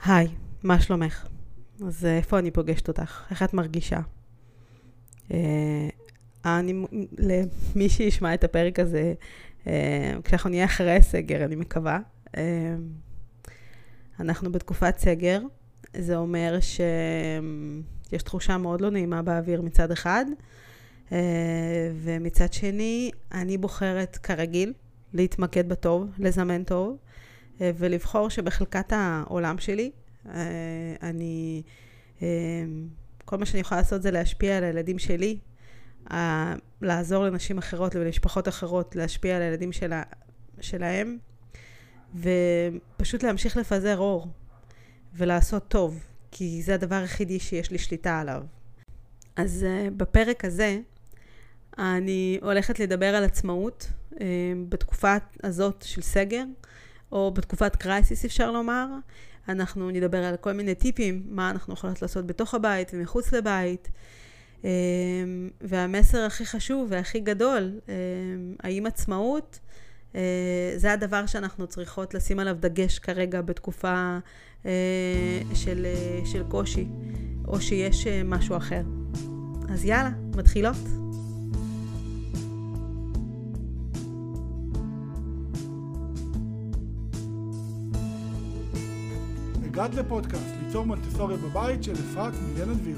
היי, מה שלומך? אז איפה אני פוגשת אותך? איך את מרגישה? למי שישמע את הפרק הזה, כשאנחנו נהיה אחרי הסגר, אני מקווה. אנחנו בתקופת סגר, זה אומר שיש תחושה מאוד לא נעימה באוויר מצד אחד, ומצד שני, אני בוחרת כרגיל להתמקד בטוב, לזמן טוב, ולבחור שבחלקת העולם שלי, כל מה שאני יכולה לעשות זה להשפיע על הילדים שלי, לעזור לנשים אחרות ולמשפחות אחרות, להשפיע על הילדים שלהם, ופשוט להמשיך לפזר אור, ולעשות טוב, כי זה הדבר היחידי שיש לי שליטה עליו. אז בפרק הזה, אני הולכת לדבר על עצמאות, בתקופה הזאת של סגר, או בתקופת קרייסיס אפשר לומר. אנחנו נדבר על כל מיני טיפים, מה אנחנו יכולות לעשות בתוך הבית ומחוץ לבית. והמסר הכי חשוב והכי גדול, האם עצמאות, זה הדבר שאנחנו צריכות לשים עליו דגש כרגע בתקופה של קושי, או שיש משהו אחר. אז יאללה, מתחילות. הגעת לפודקאסט ליצור מונטסורי בבית של אפרת מגן דביר.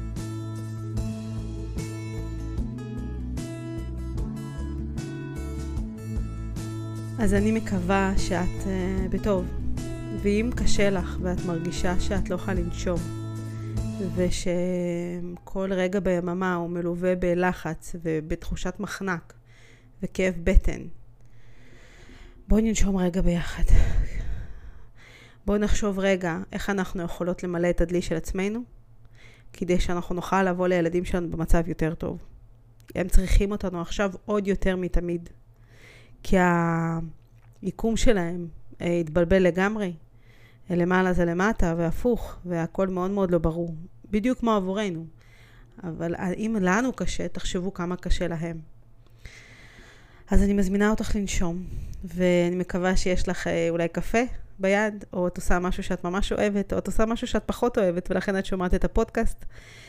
אז אני מקווה שאת בטוב, ואם קשה לך ואת מרגישה שאת לא יכולה לנשום, ושכל רגע ביממה הוא מלווה בלחץ ובתחושת מחנק וכאב בטן, בואי ננשום רגע ביחד. בואו נחשוב רגע איך אנחנו יכולות למלא את הדלי של עצמנו, כדי שאנחנו נוכל לבוא לילדים שלנו במצב יותר טוב. הם צריכים אותנו עכשיו עוד יותר מתמיד, כי היקום שלהם התבלבל לגמרי, למעלה זה למטה והפוך, והכל מאוד מאוד לא ברור, בדיוק כמו עבורנו. אבל אם לנו קשה, תחשבו כמה קשה להם. אז אני מזמינה אותך לנשום, ואני מקווה שיש לך אולי קפה ביד, או את עושה משהו שאת ממש אוהבת, או את עושה משהו שאת פחות אוהבת, ולכן את שומעת את הפודקאסט.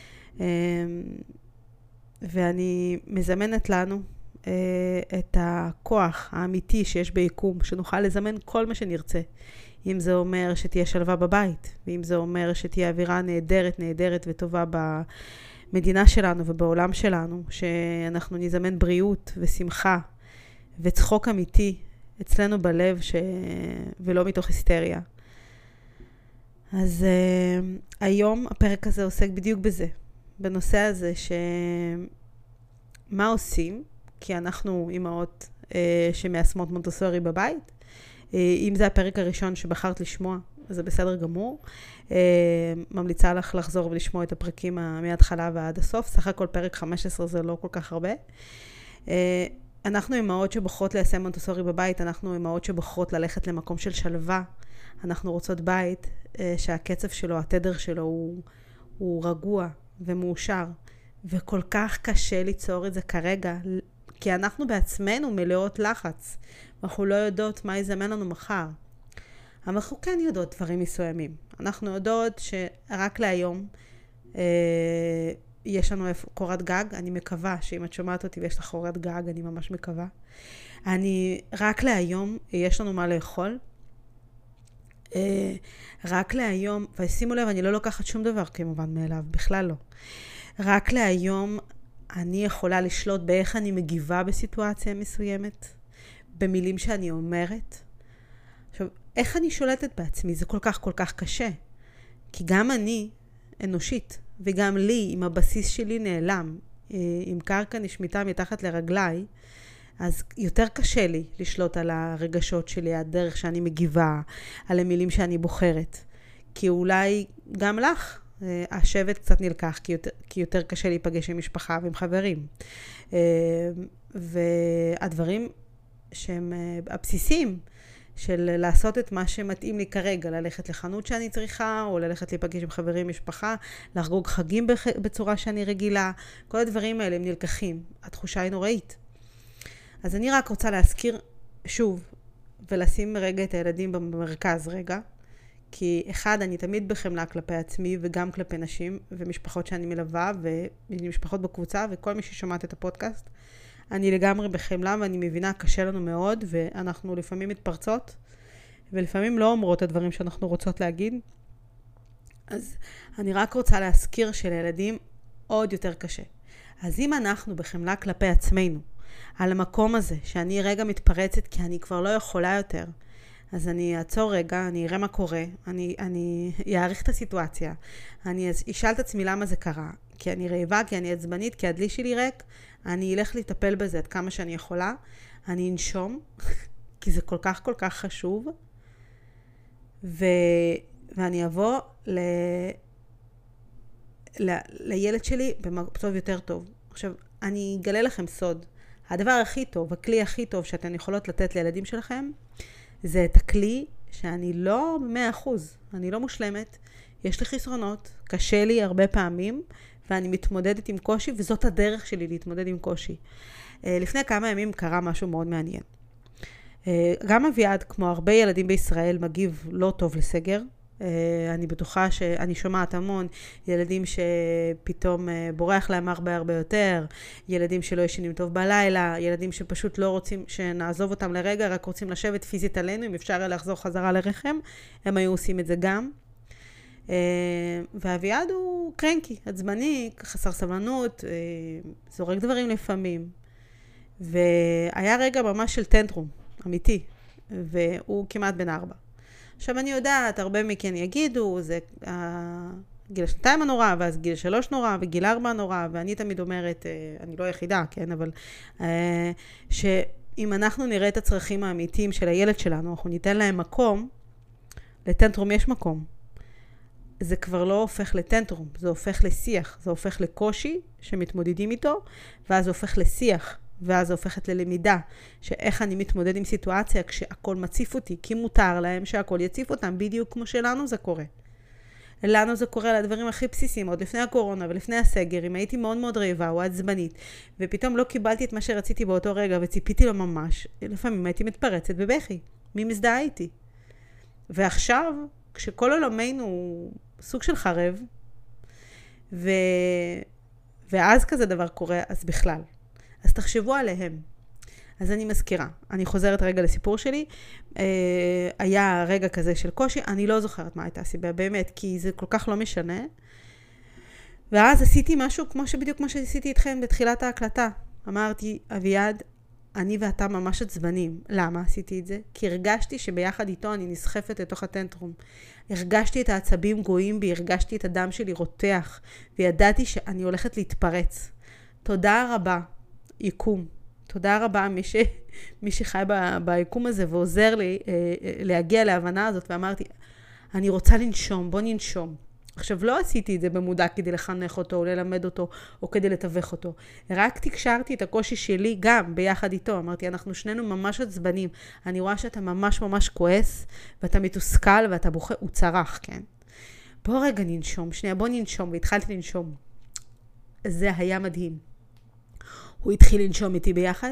ואני מזמנת לנו את הכוח האמיתי שיש ביקום, שנוכל לזמן כל מה שנרצה. אם זה אומר שתהיה שלווה בבית, ואם זה אומר שתהיה אווירה נהדרת וטובה במדינה שלנו ובעולם שלנו, שאנחנו נזמן בריאות ושמחה וצחוק אמיתי אצלנו בלב ולא מתוך היסטריה. אז היום הפרק הזה עוסק בדיוק בזה, בנושא הזה מה עושים, כי אנחנו אימהות שמיישמות מונטסורי בבית. אם זה הפרק הראשון שבחרת לשמוע, זה בסדר גמור. ממליצה לך לחזור ולשמוע את הפרקים מההתחלה ועד הסוף. סך הכל פרק 15 זה לא כל כך הרבה. אנחנו אימהות שבוחרות ליישם מונטסורי בבית, אנחנו אימהות שבוחרות ללכת למקום של שלווה. אנחנו רוצות בית שהקצב שלו, התדר שלו הוא רגוע ומאושר. וכל כך קשה ליצור את זה כרגע, כי אנחנו בעצמנו מלאות לחץ, ואנחנו לא יודעות מה יזמן לנו מחר. אבל אנחנו כן יודעות דברים מסוימים. אנחנו יודעות שרק להיום יש לנו קורת גג. אני מקווה שאם את שומעת אותי ויש לך קורת גג, אני ממש מקווה. רק להיום יש לנו מה לאכול. רק להיום, ושימו לב, אני לא לוקחת שום דבר כמובן מאליו, בכלל לא. רק להיום אני יכולה לשלוט באיך אני מגיבה בסיטואציה מסוימת, במילים שאני אומרת. עכשיו, איך אני שולטת בעצמי? זה כל כך קשה. כי גם אני אנושית, וגם לי, אם הבסיס שלי נעלם, אם קרקע נשמיטה מתחת לרגליי, אז יותר קשה לי לשלוט על הרגשות שלי, הדרך שאני מגיבה, על המילים שאני בוחרת. כי אולי גם לך, השבט קצת נלקח, כי יותר קשה להיפגש עם משפחה ועם חברים. והדברים שהם הבסיסיים של לעשות את מה שמתאים לי כרגע, ללכת לחנות שאני צריכה, או ללכת להיפגש עם חברים, משפחה, לחגוג חגים בצורה שאני רגילה, כל הדברים האלה הם נלקחים. התחושה היא נוראית. אז אני רק רוצה להזכיר שוב, ולשים רגע את הילדים במרכז רגע, כי אחד, אני תמיד בחמלה כלפי עצמי וגם כלפי נשים ומשפחות שאני מלווה ומשפחות בקבוצה וכל מי ששומעת את הפודקאסט. אני לגמרי בחמלה ואני מבינה, קשה לנו מאוד ואנחנו לפעמים מתפרצות ולפעמים לא אומרות את הדברים שאנחנו רוצות להגיד. אז אני רק רוצה להזכיר שלילדים עוד יותר קשה. אז אם אנחנו בחמלה כלפי עצמנו, על המקום הזה שאני רגע מתפרצת כי אני כבר לא יכולה יותר, אז אני אעצור רגע, אני אראה מה קורה, אני אעריך את הסיטואציה, אני אשאל את עצמי למה זה קרה, כי אני רעיבה, כי אני עצבנית, כי הדלי שלי ריק, אני אלך לטפל בזה עד כמה שאני יכולה, אני אנשום, כי זה כל כך כל כך חשוב, ואני אבוא לילד שלי במצב יותר טוב. עכשיו, אני אגלה לכם סוד. הדבר הכי טוב, הכלי הכי טוב שאתן יכולות לתת לילדים שלכם, זה את הכלי שאני לא 100%, אני לא מושלמת, יש לי חסרונות, קשה לי הרבה פעמים, ואני מתמודדת עם קושי, וזאת הדרך שלי להתמודד עם קושי. לפני כמה ימים קרה משהו מאוד מעניין. גם אביעד, כמו הרבה ילדים בישראל, מגיב לא טוב לסגר. אני בטוחה שאני שומעת המון ילדים שפתאום בורח להם הרבה יותר, ילדים שלא ישנים טוב בלילה, ילדים שפשוט לא רוצים שנעזוב אותם לרגע, רק רוצים לשבת פיזית עלינו, אם אפשר לחזור חזרה לרחם, הם היו עושים את זה גם. ואביעד הוא קרנקי, עצבני, חסר סבלנות, זורק דברים לפעמים. והיה רגע ממש של טנטרום, אמיתי, והוא כמעט בן 4. עכשיו אני יודעת, הרבה מכן יגידו, זה גיל 2 הנורא, ואז גיל 3 נורא, וגיל 4 נורא, ואני תמיד אומרת, אני לא היחידה, כן, אבל שאם אנחנו נראה את הצרכים האמיתיים של הילד שלנו, אנחנו ניתן להם מקום, לטנטרום יש מקום. זה כבר לא הופך לטנטרום, זה הופך לשיח, זה הופך לקושי שמתמודדים איתו, ואז זה הופך לשיח. ואז זה הופכת ללמידה, שאיך אני מתמודד עם סיטואציה כשהכל מציף אותי, כי מותר להם שהכל יציף אותם, בדיוק כמו שלנו זה קורה. לנו זה קורה על הדברים הכי בסיסיים, עוד לפני הקורונה ולפני הסגר, אם הייתי מאוד מאוד רעיבה או עצבנית, ופתאום לא קיבלתי את מה שרציתי באותו רגע, וציפיתי לו ממש, לפעמים הייתי מתפרצת בבכי, מי מזדהה איתי? ועכשיו, כשכל עולמנו הוא סוג של חרב, ואז כזה דבר קורה, אז בכלל. אז תחשבו עליהם. אז אני מזכירה. אני חוזרת רגע לסיפור שלי. היה רגע כזה של קושי. אני לא זוכרת מה הייתה הסיבה, באמת, כי זה כל כך לא משנה. ואז עשיתי משהו בדיוק כמו שעשיתי איתכם בתחילת ההקלטה. אמרתי, אביעד, אני ואתה ממש עצבנים. למה עשיתי את זה? כי הרגשתי שביחד איתו אני נסחפת לתוך הטנטרום. הרגשתי את העצבים גויים בי, הרגשתי את הדם שלי רותח, וידעתי שאני הולכת להתפרץ. תודה רבה. יקום. תודה רבה מי שחי ביקום הזה ועוזר לי להגיע להבנה הזאת, ואמרתי, אני רוצה לנשום, בוא ננשום. עכשיו, לא עשיתי את זה במודע כדי לחנך אותו או ללמד אותו או כדי לתווך אותו. רק תקשרתי את הקושי שלי גם ביחד איתו. אמרתי, אנחנו שנינו ממש עצבנים. אני רואה שאתה ממש ממש כועס ואתה מתוסכל ואתה בוכה, הוא צרח, כן? בוא רגע ננשום, שנייה, בוא ננשום, והתחלתי לנשום. זה היה מדהים. הוא התחיל לנשום איתי ביחד,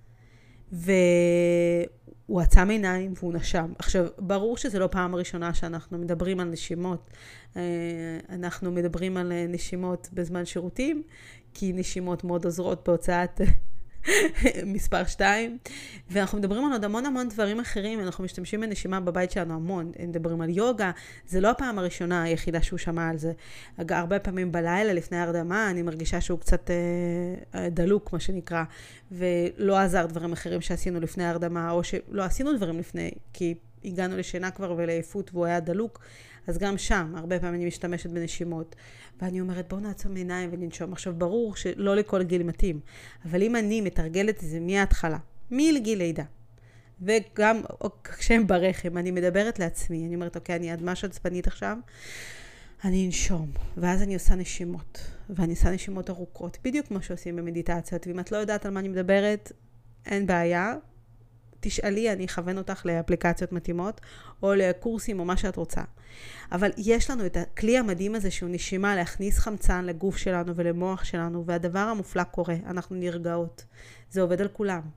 והוא עצם עיניים והוא נשם. עכשיו, ברור שזה לא פעם הראשונה שאנחנו מדברים על נשימות. אנחנו מדברים על נשימות בזמן שירותים, כי נשימות מאוד עוזרות בהוצאת מספר 2, ואנחנו מדברים על עוד המון דברים אחרים, אנחנו משתמשים בנשימה בבית שלנו המון, מדברים על יוגה, זה לא הפעם הראשונה היחידה שהוא שמע על זה, הרבה פעמים בלילה לפני הרדמה, אני מרגישה שהוא קצת דלוק, מה שנקרא, ולא עזר דברים אחרים שעשינו לפני הרדמה, או שלא עשינו דברים לפני, כי הגענו לשינה כבר ולעייפות והוא היה דלוק, אז גם שם, הרבה פעמים אני משתמשת בנשימות. ואני אומרת, בואו נעצום עיניים וננשום. עכשיו, ברור שלא לכל גיל מתאים. אבל אם אני מתרגלת את זה מההתחלה, מגיל לידה, וגם כשהם ברחם, אני מדברת לעצמי, אני אומרת, אוקיי, אני ממש עצבנית עכשיו, אני אנשום. ואז אני עושה נשימות. ואני עושה נשימות ארוכות, בדיוק כמו שעושים במדיטציות. ואם את לא יודעת על מה אני מדברת, אין בעיה. תשאלי, אני אכוון אותך לאפליקציות מתאימות, או לקורסים, או מה שאת רוצה. אבל יש לנו את הכלי המדהים הזה, שהוא נשימה להכניס חמצן לגוף שלנו ולמוח שלנו, והדבר המופלא קורה, אנחנו נרגעות. זה עובד על כולם.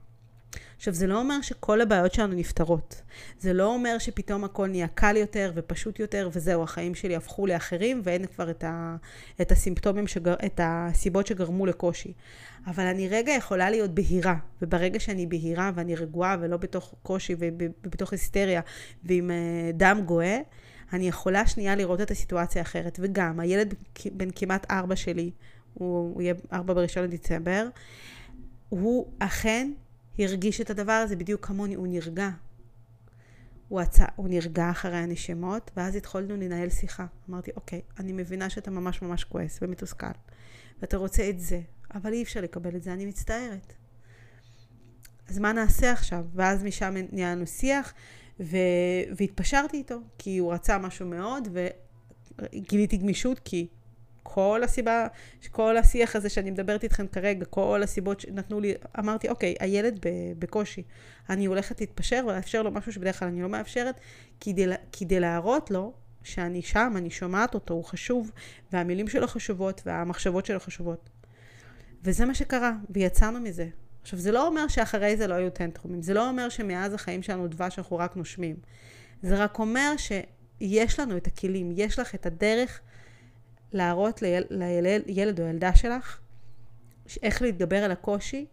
עכשיו, זה לא אומר שכל הבעיות שלנו נפתרות. זה לא אומר שפתאום הכל נהיה קל יותר ופשוט יותר, וזהו, החיים שלי הפכו לאחרים, ואין כבר את הסימפטומים, את הסיבות שגרמו לקושי. אבל אני רגע יכולה להיות בהירה, וברגע שאני בהירה ואני רגועה ולא בתוך קושי ובתוך היסטריה ועם דם גואה, אני יכולה שנייה לראות את הסיטואציה האחרת. וגם, הילד בן כמעט 4 שלי, הוא יהיה 4 ב1 לדצמבר, הוא אכן הרגיש את הדבר הזה בדיוק כמוני, הוא נרגע. הוא נרגע אחרי הנשימות, ואז התחלנו לנהל שיחה. אמרתי, אוקיי, אני מבינה שאתה ממש ממש כועס ומתוסכל, ואתה רוצה את זה, אבל אי אפשר לקבל את זה, אני מצטערת. אז מה נעשה עכשיו? ואז משם נהיה לנו שיח, והתפשרתי איתו, כי הוא רצה משהו מאוד, וגיליתי גמישות, כי כל הסיבה, כל השיח הזה שאני מדברת איתכם כרגע, כל הסיבות שנתנו לי, אמרתי, אוקיי, הילד בקושי, אני הולכת להתפשר ולאפשר לו משהו שבדרך כלל אני לא מאפשרת, כדי להראות לו שאני שם, אני שומעת אותו, הוא חשוב, והמילים שלו חשובות, והמחשבות שלו חשובות. וזה מה שקרה, ויצאנו מזה. עכשיו, זה לא אומר שאחרי זה לא היו טנטרומים, זה לא אומר שמאז החיים שלנו דבש אנחנו רק נושמים. זה רק אומר שיש לנו את הכלים, יש לך את הדרך להראות לילד או ילדה שלך איך להתגבר על הקושי.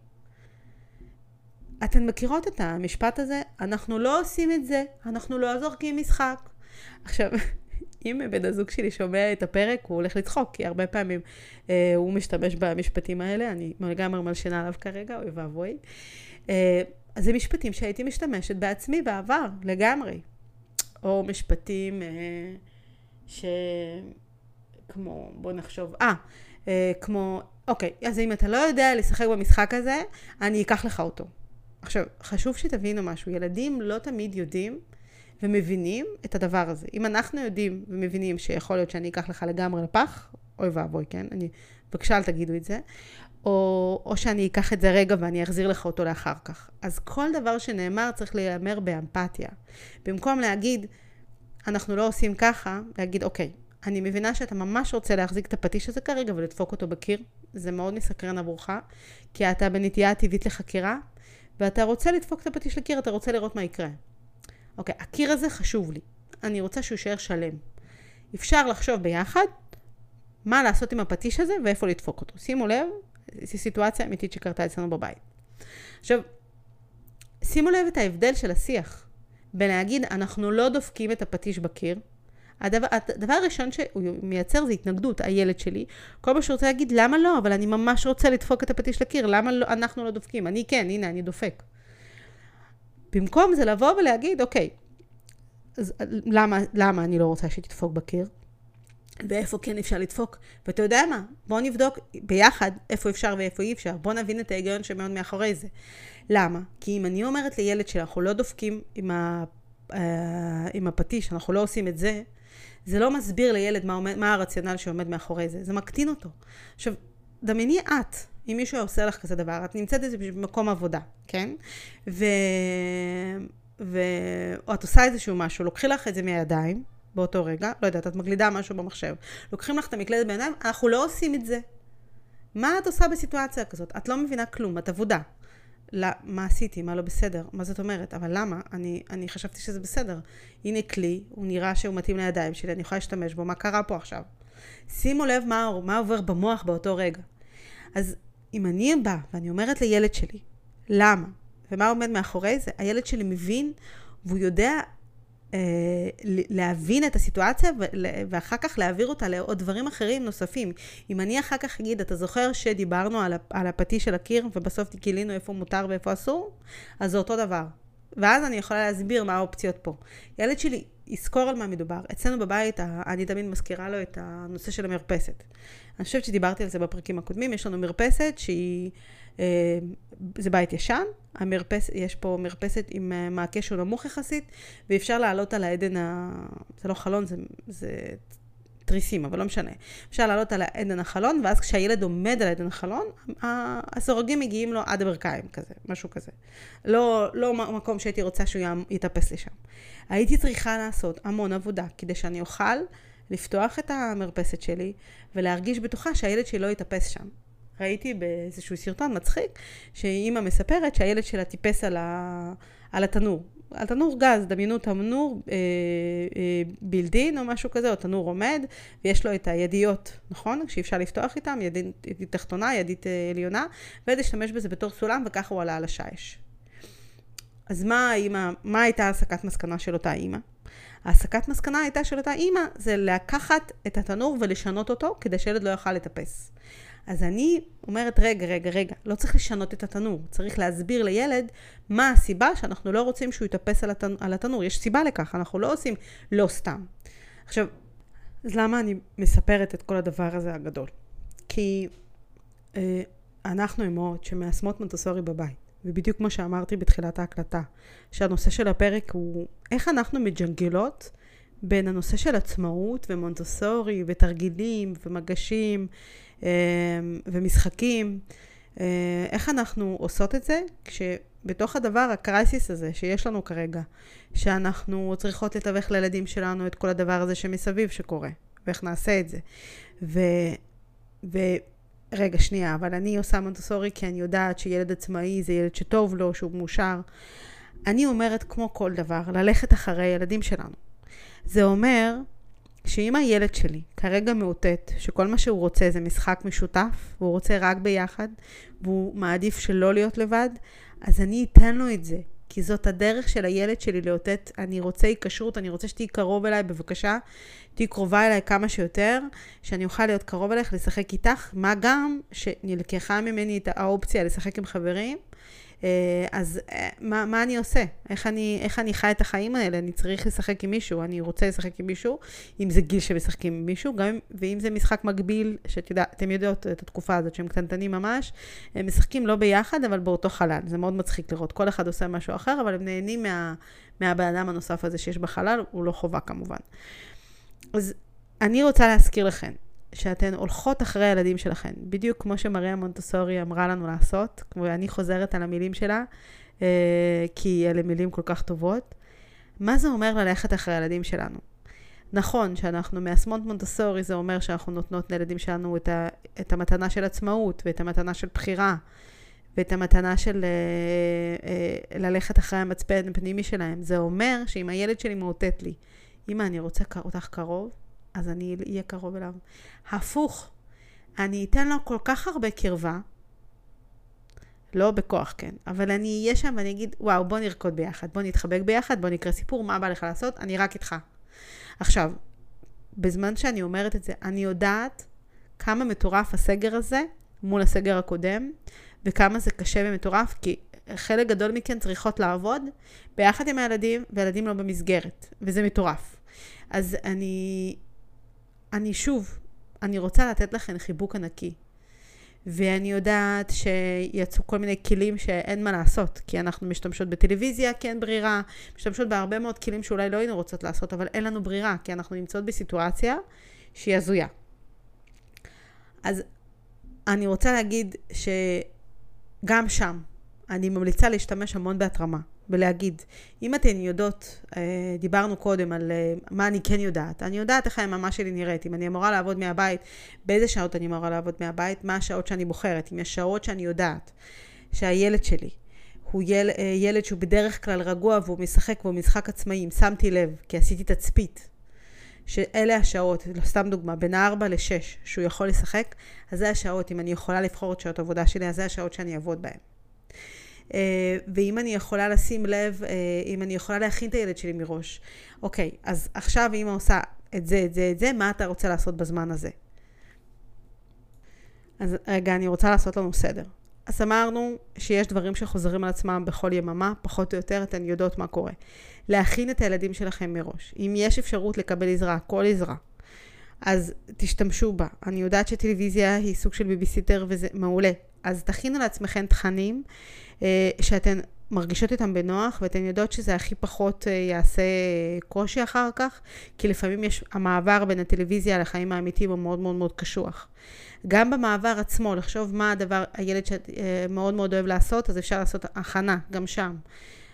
אתן מכירות את המשפט הזה? אנחנו לא עושים את זה, אנחנו לא זורקים משחק. עכשיו, אם בן הזוג שלי שומע את הפרק, הוא הולך לצחוק, כי הרבה פעמים הוא משתמש במשפטים האלה, אני לגמרי מלשנה עליו כרגע, אוי ואבוי. אז זה משפטים שהייתי משתמשת בעצמי בעבר, לגמרי. או משפטים כמו, בוא נחשוב, כמו, אוקיי, אז אם אתה לא יודע לשחק במשחק הזה, אני אקח לך אותו. עכשיו, חשוב שתבינו משהו, ילדים לא תמיד יודעים ומבינים את הדבר הזה. אם אנחנו יודעים ומבינים שיכול להיות שאני אקח לך לגמרי לפח, אוי ואבוי, כן? בבקשה, אל תגידו את זה. או שאני אקח את זה רגע ואני אחזיר לך אותו לאחר כך. אז כל דבר שנאמר צריך להיאמר באמפתיה. במקום להגיד, אנחנו לא עושים ככה, להגיד, אוקיי, אני מבינה שאתה ממש רוצה להחזיק את הפטיש הזה כרגע ולדפוק אותו בקיר. זה מאוד מסקרן עבורך, כי אתה בנטייה הטבעית לחקירה, ואתה רוצה לדפוק את הפטיש לקיר, אתה רוצה לראות מה יקרה. אוקיי, הקיר הזה חשוב לי. אני רוצה שהוא יישאר שלם. אפשר לחשוב ביחד מה לעשות עם הפטיש הזה ואיפה לדפוק אותו. שימו לב, זו סיטואציה אמיתית שקרתה אצלנו בבית. עכשיו, שימו לב את ההבדל של השיח. בלהגיד, אנחנו לא דופקים את הפטיש בקיר. הדבר הראשון שהוא מייצר זה התנגדות, הילד שלי. כל מה שרוצה להגיד, למה לא? אבל אני ממש רוצה לדפוק את הפטיש לקיר. למה לא, אנחנו לא דופקים? אני כן, הנה, אני דופק. במקום זה לבוא ולהגיד, אוקיי, אז למה אני לא רוצה שתדפוק בקיר? ואיפה כן אפשר לדפוק? ואתה יודע מה? בוא נבדוק ביחד איפה אפשר ואיפה אי אפשר. בוא נבין את ההיגיון שמאוד מאחורי זה. למה? כי אם אני אומרת לילד שאנחנו לא דופקים עם הפטיש, אנחנו לא עושים את זה, זה לא מסביר לילד מה הרציונל שעומד מאחורי זה. זה מקטין אותו. עכשיו, דמייני את, אם מישהו עושה לך כזה דבר, את נמצאת את זה במקום עבודה, כן? או את עושה איזשהו משהו, לוקחי לך את זה מהידיים, באותו רגע, לא יודעת, את מגלידה משהו במחשב, לוקחים לך את המקלדת בעיניים, אנחנו לא עושים את זה. מה את עושה בסיטואציה כזאת? את לא מבינה כלום, את עבודה. מה עשיתי? מה לא בסדר? מה זאת אומרת? אבל למה? אני חשבתי שזה בסדר. הנה כלי, הוא נראה שהוא מתאים לידיים שלי, אני יכולה להשתמש בו, מה קרה פה עכשיו? שימו לב מה עובר במוח באותו רגע. אז אם אני באה ואני אומרת לילד שלי, למה? ומה עומד מאחורי זה? הילד שלי מבין, והוא יודע להבין את הסיטואציה, ואחר כך להעביר אותה לעוד דברים אחרים נוספים. אם אני אחר כך אגיד, אתה זוכר שדיברנו על הפטיש של הקיר, ובסוף גילינו איפה מותר ואיפה אסור? אז זה אותו דבר. ואז אני יכולה להסביר מה האופציות פה. ילד שלי יזכור על מה מדובר. אצלנו בבית, אני תמיד מזכירה לו את הנושא של המרפסת. אני חושבת שדיברתי על זה בפרקים הקודמים. יש לנו מרפסת שהיא, זה בית ישן. יש פה מרפסת עם מעקה שהוא נמוך יחסית, ואפשר לעלות על העדן, זה לא חלון, זה תריסים, אבל לא משנה. אפשר לעלות על העדן החלון, ואז כשהילד עומד על העדן החלון, הסורגים מגיעים לו עד הברכיים כזה, משהו כזה. לא מקום שהייתי רוצה שהוא יתאפס לשם. הייתי צריכה לעשות המון עבודה, כדי שאני אוכל לפתוח את המרפסת שלי, ולהרגיש בטוחה שהילד שלי לא יתאפס שם. ראיתי באיזשהו סרטון מצחיק, שאמא מספרת שהילד שלה טיפס על התנור. על תנור גז, דמיינו תנור בילדין או משהו כזה, או תנור עומד, ויש לו את הידיות, נכון? שאפשר לפתוח איתם, ידית תחתונה, ידית עליונה, ולהשתמש בזה בתור סולם, וככה הוא עלה על השיש. אז מה הייתה הסקת מסקנה של אותה אמא? ההסקת מסקנה הייתה של אותה אמא, זה לקחת את התנור ולשנות אותו, כדי שילד לא יוכל לטפס. אז אני אומרת, רגע, לא צריך לשנות את התנור. צריך להסביר לילד מה הסיבה שאנחנו לא רוצים שהוא יטפס על התנור. יש סיבה לכך, אנחנו לא עושים לא סתם. עכשיו, אז למה אני מספרת את כל הדבר הזה הגדול? כי אנחנו אמהות שמיישמות מונטסורי בבית. ובדיוק כמו שאמרתי בתחילת ההקלטה, שהנושא של הפרק הוא איך אנחנו מג'נגלות בין הנושא של עצמאות ומונטסורי ותרגילים ומגשים ומשחקים. איך אנחנו עושות את זה כשבתוך הדבר הקרייסיס הזה שיש לנו כרגע, שאנחנו צריכות לתווך לילדים שלנו את כל הדבר הזה שמסביב שקורה, ואיך נעשה את זה. רגע, שנייה, אבל אני עושה מונטסורי כי אני יודעת שילד עצמאי זה ילד שטוב לו, שהוא מאושר. אני אומרת כמו כל דבר, ללכת אחרי ילדים שלנו. זה אומר שאם הילד שלי כרגע מאותת שכל מה שהוא רוצה זה משחק משותף, והוא רוצה רק ביחד, והוא מעדיף שלא להיות לבד, אז אני אתן לו את זה. כי זאת הדרך של הילד שלי לאותת, אני רוצה היקשרות, אני רוצה שתהי קרוב אליי, בבקשה, תהי קרובה אליי כמה שיותר, שאני אוכל להיות קרוב אליך, לשחק איתך, מה גם שנלקחה ממני את האופציה לשחק עם חברים, אז מה אני עושה? איך אני חי את החיים האלה? אני צריך לשחק עם מישהו, אני רוצה לשחק עם מישהו, אם זה גיל שמשחקים עם מישהו, גם ואם זה משחק מקביל, שאתם יודעות את התקופה הזאת שהם קטנטנים ממש, הם משחקים לא ביחד, אבל באותו חלל. זה מאוד מצחיק לראות. כל אחד עושה משהו אחר, אבל הם נהנים מהבן אדם הנוסף הזה שיש בחלל, הוא לא חובה כמובן. אז אני רוצה להזכיר לכם, שאתן הולכות אחרי הילדים שלכם, בדיוק כמו שמריה מונטסורי אמרה לנו לעשות, ואני חוזרת על המילים שלה, כי אלה מילים כל כך טובות. מה זה אומר ללכת אחרי הילדים שלנו? נכון שאנחנו מיישמות מונטסורי, זה אומר שאנחנו נותנות לילדים שלנו את המתנה של עצמאות, ואת המתנה של בחירה, ואת המתנה של ללכת אחרי המצפן הפנימי שלהם. זה אומר שאם הילד שלי מאותת לי, אמא, אני רוצה אותך קרוב, אז אני אהיה קרוב אליו. הפוך, אני אתן לו כל כך הרבה קרבה, לא בכוח, כן, אבל אני אהיה שם ואני אגיד, וואו, בוא נרקוד ביחד, בוא נתחבק ביחד, בוא נקרא סיפור, מה בא לך לעשות? אני רק איתך. עכשיו, בזמן שאני אומרת את זה, אני יודעת כמה מטורף הסגר הזה מול הסגר הקודם, וכמה זה קשה ומטורף, כי חלק גדול מכן צריכות לעבוד ביחד עם הילדים, וילדים לא במסגרת, וזה מטורף. אז אני רוצה לתת לכם חיבוק ענקי. ואני יודעת שיצאו כל מיני כלים שאין מה לעשות, כי אנחנו משתמשות בטלוויזיה, כי אין ברירה, משתמשות בהרבה מאוד כלים שאולי לא היינו רוצות לעשות, אבל אין לנו ברירה, כי אנחנו נמצאות בסיטואציה שהיא הזויה. אז אני רוצה להגיד שגם שם, אני ממליצה להשתמש המון בהתרמה. ולהגיד, אם אתן יודעות, דיברנו קודם על מה אני כן יודעת. אני יודעת איך היממה שלי נראית. אם אני אמורה לעבוד מהבית, באיזה שעות אני אמורה לעבוד מהבית, מה השעות שאני בוחרת. אם יש שעות שאני יודעת שהילד שלי הוא ילד שהוא בדרך כלל רגוע והוא משחק והוא משחק עצמאי. אם שמתי לב, כי עשיתי תצפית, שאלה השעות, סתם דוגמה, בין 4 ל-6 שהוא יכול לשחק, אז זה השעות. אם אני יכולה לבחור את שעות עבודה שלי, אז זה השעות שאני אעבוד בהן. ואם אני יכולה לשים לב, אם אני יכולה להכין את הילד שלי מראש. אוקיי, אז עכשיו אמא עושה את זה, מה אתה רוצה לעשות בזמן הזה? אז רגע, אני רוצה לעשות לנו סדר. אז אמרנו שיש דברים שחוזרים על עצמם בכל יממה, פחות או יותר, אתן יודעות מה קורה. להכין את הילדים שלכם מראש. אם יש אפשרות לקבל עזרה, כל עזרה, אז תשתמשו בה. אני יודעת שטלוויזיה היא סוג של ביביסיטר וזה מעולה. אז תכינו לעצמכם תכנים שאתן מרגישות איתם בנוח, ואתן יודעות שזה הכי פחות יעשה קושי אחר כך, כי לפעמים יש המעבר בין הטלוויזיה לחיים האמיתיים הוא מאוד מאוד מאוד קשוח. גם במעבר עצמו, לחשוב מה הדבר, הילד שמאוד מאוד אוהב לעשות, אז אפשר לעשות הכנה, גם שם.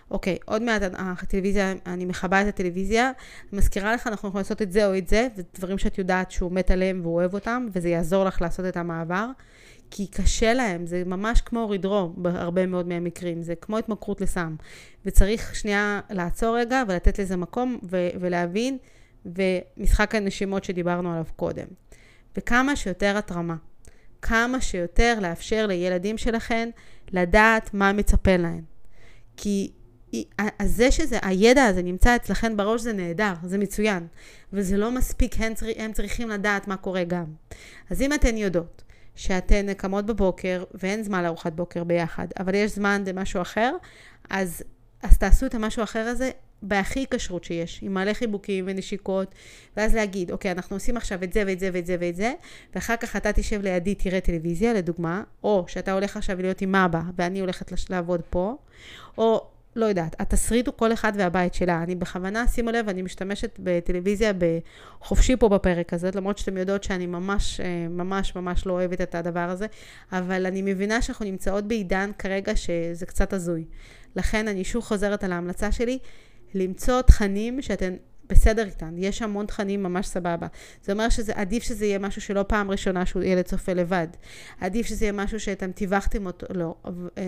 אוקיי, עוד מעט הטלוויזיה, אני מכבה את הטלוויזיה, מזכירה לך, אנחנו יכולים לעשות את זה או את זה, זה דברים שאת יודעת שהוא מת עליהם והוא אוהב אותם, וזה יעזור לך לעשות את המעבר, כי קשה להם, זה ממש כמו רידרו בהרבה מאוד מהמקרים, זה כמו התמכרות לסם, וצריך שנייה לעצור רגע ולתת לזה מקום ולהבין, ומשחק הנשימות שדיברנו עליו קודם. וכמה שיותר התרמה, כמה שיותר לאפשר לילדים שלכם לדעת מה מצפה להם. כי זה שזה, הידע הזה נמצא אצלכם בראש, זה נהדר, זה מצוין, וזה לא מספיק, הם צריכים לדעת מה קורה גם. אז אם אתן יודעות שאתן קמות בבוקר, ואין זמן לארוחת בוקר ביחד, אבל יש זמן למשהו אחר, אז תעשו את המשהו האחר הזה בהכי קשרות שיש, עם מלא חיבוקים ונשיקות, ואז להגיד, אוקיי, אנחנו עושים עכשיו את זה ואת זה ואת זה ואת זה, ואחר כך אתה תשב לידי, תראה טלוויזיה, לדוגמה, או שאתה הולך עכשיו להיות עם אבא, ואני הולכת לעבוד פה, או לא יודעת, התסריט הוא כל אחד והבית שלה. אני בכוונה, שימו לב, אני משתמשת בטלוויזיה בחופשי פה בפרק הזה, למרות שאתם יודעות שאני ממש, ממש, ממש לא אוהבת את הדבר הזה, אבל אני מבינה שאנחנו נמצאות בעידן כרגע שזה קצת הזוי. לכן אני שוב חוזרת על ההמלצה שלי, למצוא תכנים שאתן בסדר איתן. יש המון תכנים ממש סבבה. זה אומר שעדיף שזה יהיה משהו שלא פעם ראשונה שהוא ילד צופה לבד. עדיף שזה יהיה משהו שאתם טיווחתם אותו, לא.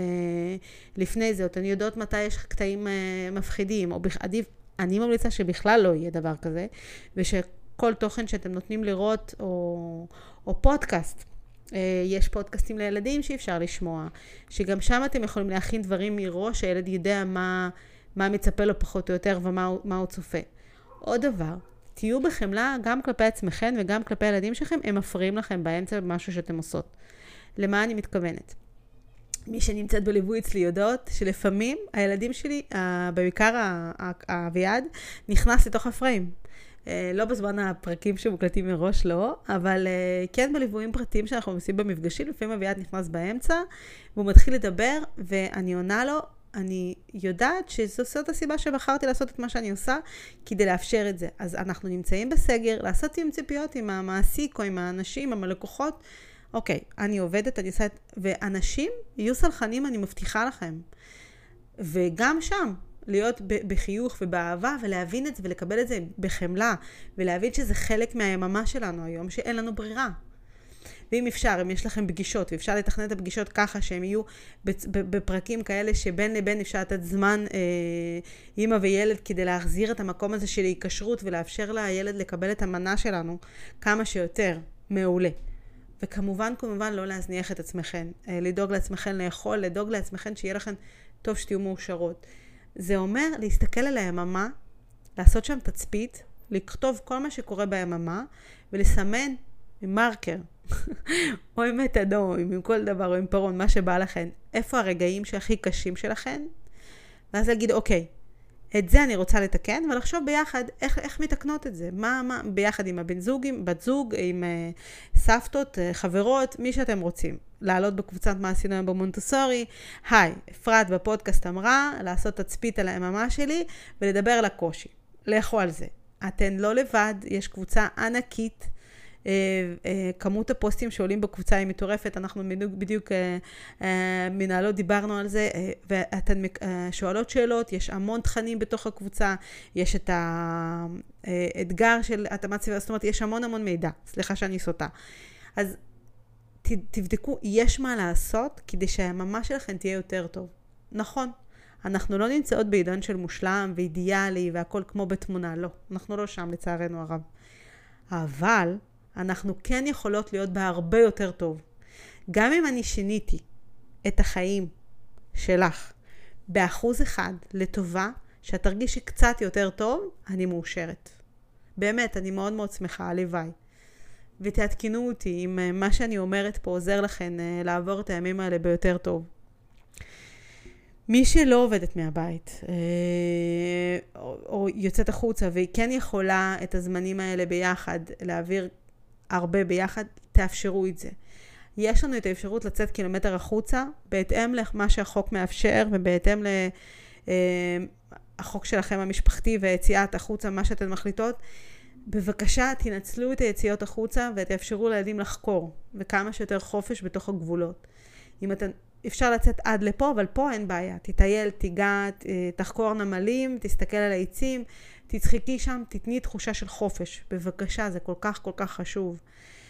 לפני זה, אתן יודעות מתי יש קטעים מפחידים, או עדיף, אני ממליצה שבכלל לא יהיה דבר כזה, ושכל תוכן שאתם נותנים לראות, או פודקאסט, יש פודקאסטים לילדים שאפשר לשמוע, שגם שם אתם יכולים להכין דברים מראש, שהילד יודע מה מצפה לו פחות או יותר, ומה הוא צופה. עוד דבר, תהיו בחמלה גם כלפי עצמכם וגם כלפי הילדים שלכם, הם מפריעים לכם באמצע במשהו שאתם עושות. למה אני מתכוונת? מי שנמצאת בליווי אצלי יודעות שלפעמים הילדים שלי, בעיקר האביעד, נכנס לתוך הפריים. לא בזמן הפרקים שמוקלטים מראש, לא, אבל כן בליוויים פרטיים שאנחנו עושים במפגשים, לפעמים אביעד נכנס באמצע, והוא מתחיל לדבר, ואני עונה לו, אני יודעת שזאת הסיבה שבחרתי לעשות את מה שאני עושה, כדי לאפשר את זה. אז אנחנו נמצאים בסגר, לעשות תיאום ציפיות עם המעסיק או עם האנשים, עם הלקוחות. אוקיי, אני עובדת, אני עושה את... ואנשים יהיו סלחנים, אני מבטיחה לכם. וגם שם, להיות בחיוך ובאהבה, ולהבין את זה ולקבל את זה בחמלה, ולהבין שזה חלק מהיממה שלנו היום, שאין לנו ברירה. ואם אפשר, אם יש לכם פגישות, ואפשר לתכנן את הפגישות ככה שהם יהיו בפרקים כאלה שבין לבין אפשר לתת זמן אמא וילד כדי להחזיר את המקום הזה של ההיקשרות ולאפשר לילד לקבל את המנה שלנו כמה שיותר מעולה. וכמובן, לא להזניח את עצמכם, לדאוג לעצמכם לאכול, לדאוג לעצמכם שיהיה לכם טוב שתהיו מאושרות. זה אומר להסתכל על היממה, לעשות שם תצפית, לכתוב כל מה שקורה ביממה ולסמן עם מרקר. או עם מתדון, עם כל דבר, או עם פרון, מה שבא לכם, איפה הרגעים שהכי קשים שלכם, ואז להגיד, אוקיי, את זה אני רוצה לתקן, ולחשוב ביחד איך מתקנות את זה, מה ביחד עם הבן זוג, עם בת זוג, עם סבתות, חברות, מי שאתם רוצים. לעלות בקבוצת מה עשינו היום במונטסורי, היי, אפרת בפודקאסט אמרה, לעשות תצפית על היממה שלי, ולדבר על הקושי. לכו על זה. אתן לא לבד, יש קבוצה ענקית, כמות הפוסטים שעולים בקבוצה היא מטורפת, אנחנו בדיוק מנהלות דיברנו על זה, ואתן שואלות שאלות, יש המון תכנים בתוך הקבוצה, יש את האתגר של התאמת סביבה, זאת אומרת, יש המון מידע, סליחה שאני סוטה. אז תבדקו, יש מה לעשות כדי שהממה שלכם תהיה יותר טוב. נכון, אנחנו לא נמצאות בעידן של מושלם ואידיאלי והכל כמו בתמונה, לא, אנחנו לא שם לצערנו הרב. אבל אנחנו כן יכולות להיות בה הרבה יותר טוב. גם אם אני שיניתי את החיים שלך ב1% לטובה, שאת תרגישי קצת יותר טוב, אני מאושרת. באמת, אני מאוד מאוד שמחה, הלוואי. ותעדכנו אותי אם מה שאני אומרת פה עוזר לכן לעבור את הימים האלה ביותר טוב. מי שלא עובדת מהבית, או יוצאת החוצה, והיא כן יכולה את הזמנים האלה ביחד, להעביר הרבה ביחד, תאפשרו את זה. יש לנו את האפשרות לצאת קילומטר החוצה, בהתאם למה שהחוק מאפשר, ובהתאם לחוק שלכם המשפחתי, ויציאת החוצה, מה שאתן מחליטות. בבקשה, תנצלו את היציאות החוצה, ותאפשרו לילדים לחקור, וכמה שיותר חופש בתוך הגבולות. אם אתן אפשר לצאת עד לפה, אבל פה אין בעיה. תטייל, תיגע, תחקור נמלים, תסתכל על העצים, תצחקי שם, תתני תחושה של חופש. בבקשה, זה כל כך כל כך חשוב.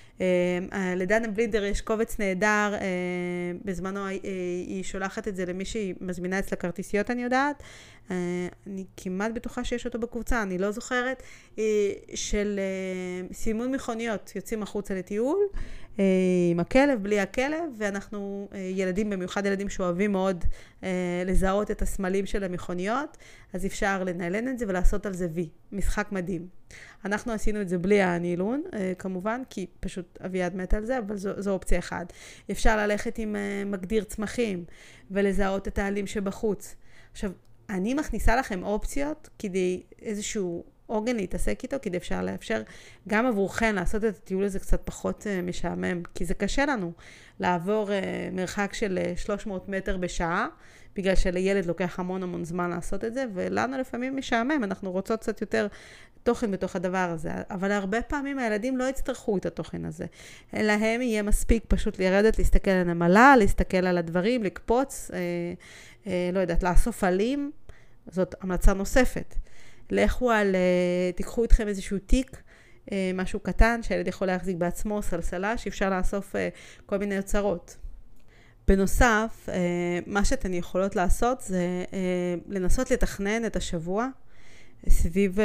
לדנה בלינדר יש קובץ נהדר, בזמנו היא שולחת את זה למי שהיא מזמינה אצלה כרטיסיות, אני יודעת, אני כמעט בטוחה שיש אותו בקבוצה, אני לא זוכרת, של סימון מכוניות, יוצאים החוצה לטיול, עם הכלב, בלי הכלב, ואנחנו ילדים, במיוחד ילדים שאוהבים מאוד לזהות את הסמלים של המכוניות, אז אפשר לנהלן את זה ולעשות על זה וי, משחק מדהים. אנחנו עשינו את זה בלי הנילון, כמובן, כי פשוט אביעד מת על זה, אבל זו אופציה אחת. אפשר ללכת עם מגדיר צמחים ולזהות את העלים שבחוץ. עכשיו, אני מכניסה לכם אופציות כדי איזשהו עוגן להתעסק איתו, כדי אפשר לאפשר גם עבורכם לעשות את הטיול הזה קצת פחות משעמם, כי זה קשה לנו לעבור מרחק של 300 מטר בשעה, בגלל שלילד לוקח המון זמן לעשות את זה, ולנו לפעמים משעמם, אנחנו רוצות קצת יותר תוכן בתוך הדבר הזה, אבל הרבה פעמים הילדים לא יצטרכו את התוכן הזה, אלא הם יהיה מספיק פשוט לרדת, להסתכל על הנמלה, להסתכל על הדברים, לקפוץ, לא יודעת, לאסוף עלים, זאת המלצה נוספת. לכו תיקחו איתכם איזשהו תיק, משהו קטן, שהילד יכול להחזיק בעצמו, סלסלה, שאפשר לאסוף כל מיני אוצרות. בנוסף, מה שאתן יכולות לעשות זה לנסות לתכנן את השבוע, סביב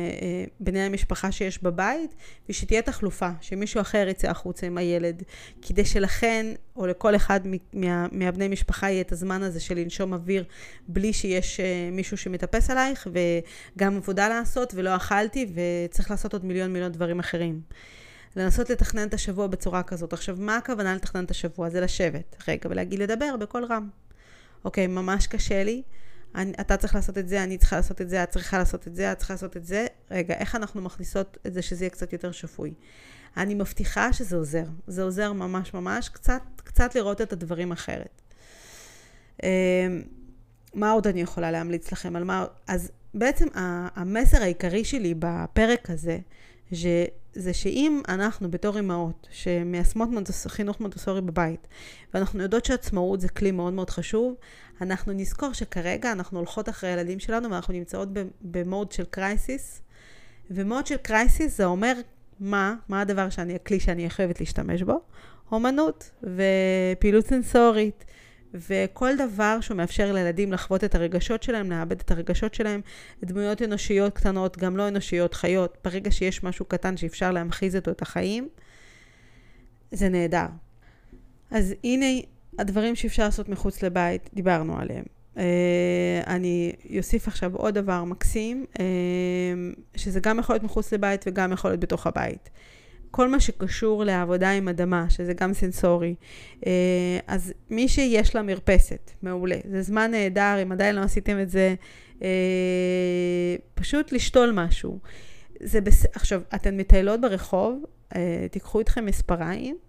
בני המשפחה שיש בבית, ושתהיה תחלופה, שמישהו אחר יצא החוצה עם הילד, כדי שלכן, או לכל אחד מהבני משפחה, יהיה את הזמן הזה של לנשום אוויר, בלי שיש מישהו שמטפס עלייך, וגם עבודה לעשות, ולא אכלתי, וצריך לעשות עוד מיליון דברים אחרים. לנסות לתכנן את השבוע בצורה כזאת. עכשיו, מה הכוונה לתכנן את השבוע? זה לשבת, רגע, ולהגיד לדבר בכל רם. אוקיי, ממש קשה לי, אתה צריך לעשות את זה, אני צריכה לעשות את זה, את צריכה לעשות את זה, את צריכה לעשות את זה. רגע, איך אנחנו מכניסות את זה שזה יהיה קצת יותר שפוי? אני מבטיחה שזה עוזר. זה עוזר ממש, קצת לראות את הדברים אחרת. מה עוד אני יכולה להמליץ לכם? אז בעצם המסר העיקרי שלי בפרק הזה, זה שאם אנחנו בתור אמהות שמיישמות חינוך מונטסורי בבית, ואנחנו יודעות שעצמאות זה כלי מאוד חשוב, אנחנו נזכור שכרגע אנחנו הולכות אחרי הילדים שלנו, ואנחנו נמצאות במוד של קרייסיס, ומוד של קרייסיס זה אומר מה הדבר הכלי שאני חייבת להשתמש בו? אומנות ופעילות סנסורית, וכל דבר שהוא מאפשר לילדים לחוות את הרגשות שלהם, לאבד את הרגשות שלהם, דמויות אנושיות קטנות, גם לא אנושיות, חיות, ברגע שיש משהו קטן שאפשר להמחיז אותו את החיים, זה נהדר. אז הנה הדברים שאפשר לעשות מחוץ לבית, דיברנו עליהם. אני יוסיף עכשיו עוד דבר מקסים, שזה גם יכול להיות מחוץ לבית וגם יכול להיות בתוך הבית. כל מה שקשור לעבודה עם אדמה, שזה גם סנסורי, אז מי שיש לה מרפסת, מעולה. זה זמן נהדר, אם עדיין לא עשיתם את זה, פשוט לשתול משהו. עכשיו, אתן מטיילות ברחוב, תיקחו איתכם מספריים,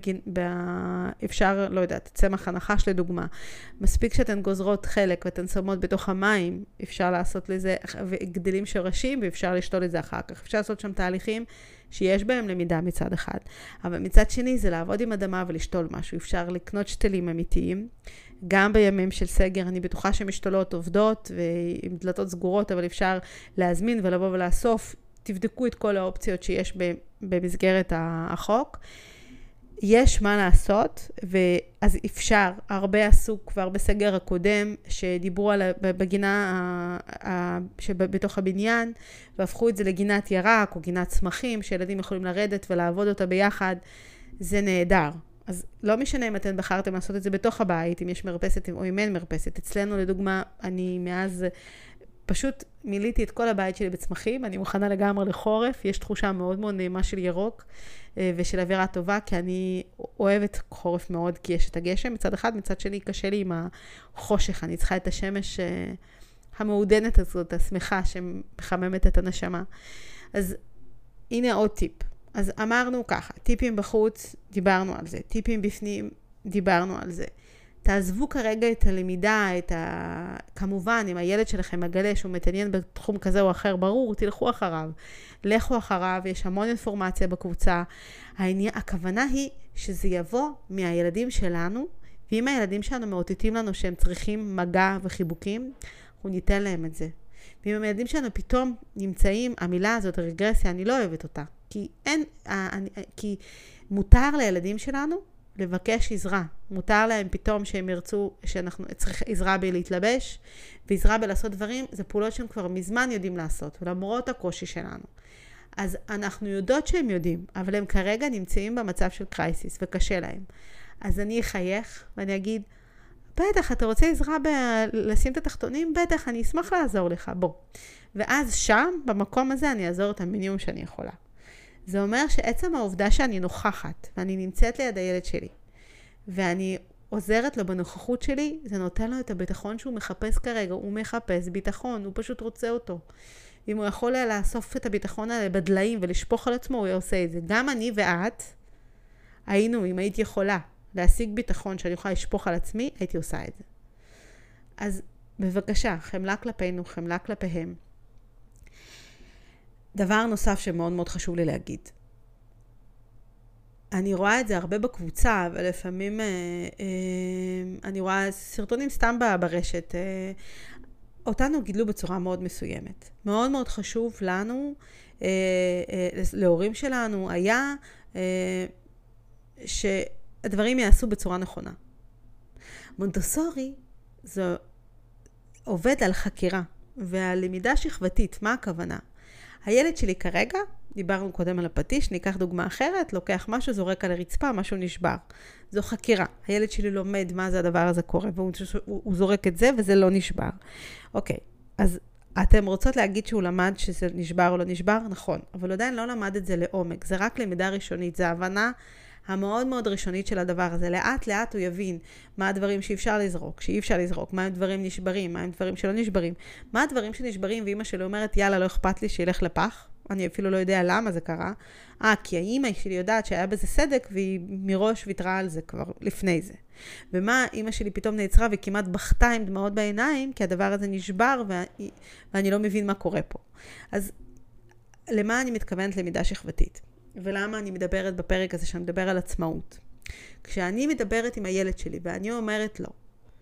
אפשר, לא יודעת, צמח הנחש לדוגמה. מספיק שאתן גוזרות חלק ואתן שמות בתוך המים, אפשר לעשות לזה, וגדלים שורשים, ואפשר לשתול את זה אחר כך. אפשר לעשות שם תהליכים שיש בהם למידה מצד אחד. אבל מצד שני זה לעבוד עם אדמה ולשתול משהו. אפשר לקנות שתלים אמיתיים. גם בימים של סגר אני בטוחה שמשתולות עובדות ועם דלתות סגורות, אבל אפשר להזמין ולבוא ולאסוף. תבדקו את כל האופציות שיש במסגרת החוק. יש מה לעשות, ואז אפשר, הרבה עשו כבר בסגר הקודם, שדיברו על בגינה שבתוך הבניין, והפכו את זה לגינת ירק או גינת צמחים, שילדים יכולים לרדת ולעבוד אותה ביחד, זה נהדר. אז לא משנה אם אתן בחרתם לעשות את זה בתוך הבית, אם יש מרפסת או אם אין מרפסת. אצלנו לדוגמה, אני מאז פשוט מיליתי את כל הבית שלי בצמחים, אני מוכנה לגמרי לחורף, יש תחושה מאוד נעימה של ירוק ושל אווירה טובה, כי אני אוהבת חורף מאוד, כי יש את הגשם מצד אחד, מצד שני קשה לי עם החושך, אני צריכה את השמש המעודנת הזאת, השמחה שמחממת את הנשמה. אז הנה עוד טיפ. אז אמרנו ככה, טיפים בחוץ, דיברנו על זה, טיפים בפנים, דיברנו על זה. תעזבו כרגע את הלמידה, כמובן, אם הילד שלכם מגלה שהוא מתעניין בתחום כזה או אחר, ברור, תלכו אחריו. לכו אחריו, יש המון אינפורמציה בקבוצה. הכוונה היא שזה יבוא מהילדים שלנו, ואם הילדים שלנו מאותתים לנו שהם צריכים מגע וחיבוקים, אנחנו ניתן להם את זה. ואם הילדים שלנו פתאום נמצאים, המילה הזאת, רגרסיה, אני לא אוהבת אותה. כי מותר לילדים שלנו לבקש עזרה. מותר להם פתאום שהם ירצו שאנחנו צריכים עזרה בלהתלבש, ועזרה בלעשות דברים, זה פעולות שהם כבר מזמן יודעים לעשות, ולמרות הקושי שלנו. אז אנחנו יודעות שהם יודעים, אבל הם כרגע נמצאים במצב של קרייסיס, וקשה להם. אז אני אחייך, ואני אגיד, בטח, אתה רוצה עזרה לשים את התחתונים? בטח, אני אשמח לעזור לך, בוא. ואז שם, במקום הזה, אני אעזור את המינימום שאני יכולה. זה אומר שעצם העובדה שאני נוכחת, ואני נמצאת ליד הילד שלי, ואני עוזרת לו בנוכחות שלי, זה נותן לו את הביטחון שהוא מחפש כרגע. הוא מחפש ביטחון, הוא פשוט רוצה אותו. אם הוא יכול לאסוף את הביטחון האלה בדליים ולשפוך על עצמו, הוא עושה את זה. גם אני ואת היינו, אם היית יכולה להשיג ביטחון שאני יכולה לשפוך על עצמי, הייתי עושה את זה. אז בבקשה, חמלה כלפינו, חמלה כלפיהם. דבר נוסף שמאוד מאוד חשוב לי להגיד. אני רואה את זה הרבה בקבוצה, ולפעמים אני רואה סרטונים סתם ברשת. אותנו גידלו בצורה מאוד מסוימת. מאוד מאוד חשוב לנו, להורים שלנו, היה שהדברים יעשו בצורה נכונה. מונטסורי זה עובד על חקירה ועל למידה שכבתית. מה הכוונה? הילד שלי כרגע, דיברנו קודם על הפטיש, ניקח דוגמה אחרת, לוקח משהו, זורק על הרצפה, משהו נשבר. זו חקירה. הילד שלי לומד מה זה הדבר הזה קורה, והוא זורק את זה וזה לא נשבר. אוקיי, אז אתם רוצות להגיד שהוא למד שזה נשבר או לא נשבר? נכון, אבל עדיין לא למד את זה לעומק. זה רק למידה ראשונית, זה הבנה המאוד מאוד ראשונית של הדבר הזה. לאט לאט הוא יבין מה הדברים שאפשר לזרוק, שאי אפשר לזרוק, מה הם דברים נשברים, מה הם דברים שלא נשברים, מה הדברים שנשברים, ואמא שלי אומרת, יאללה, לא אכפת לי שילך לפח. אני אפילו לא יודע למה זה קרה. כי האמא שלי יודעת שהיה בזה סדק, והיא מראש ויתרה על זה כבר לפני זה. ומה, אמא שלי פתאום נעצרה וכמעט בכתה עם דמעות בעיניים, כי הדבר הזה נשבר, ואני לא מבין מה קורה פה. אז למה אני מתכוונת למידה שכבתית? ולמה אני מדברת בפרק הזה שאני מדבר על עצמאות? כשאני מדברת עם הילד שלי ואני אומרת לו,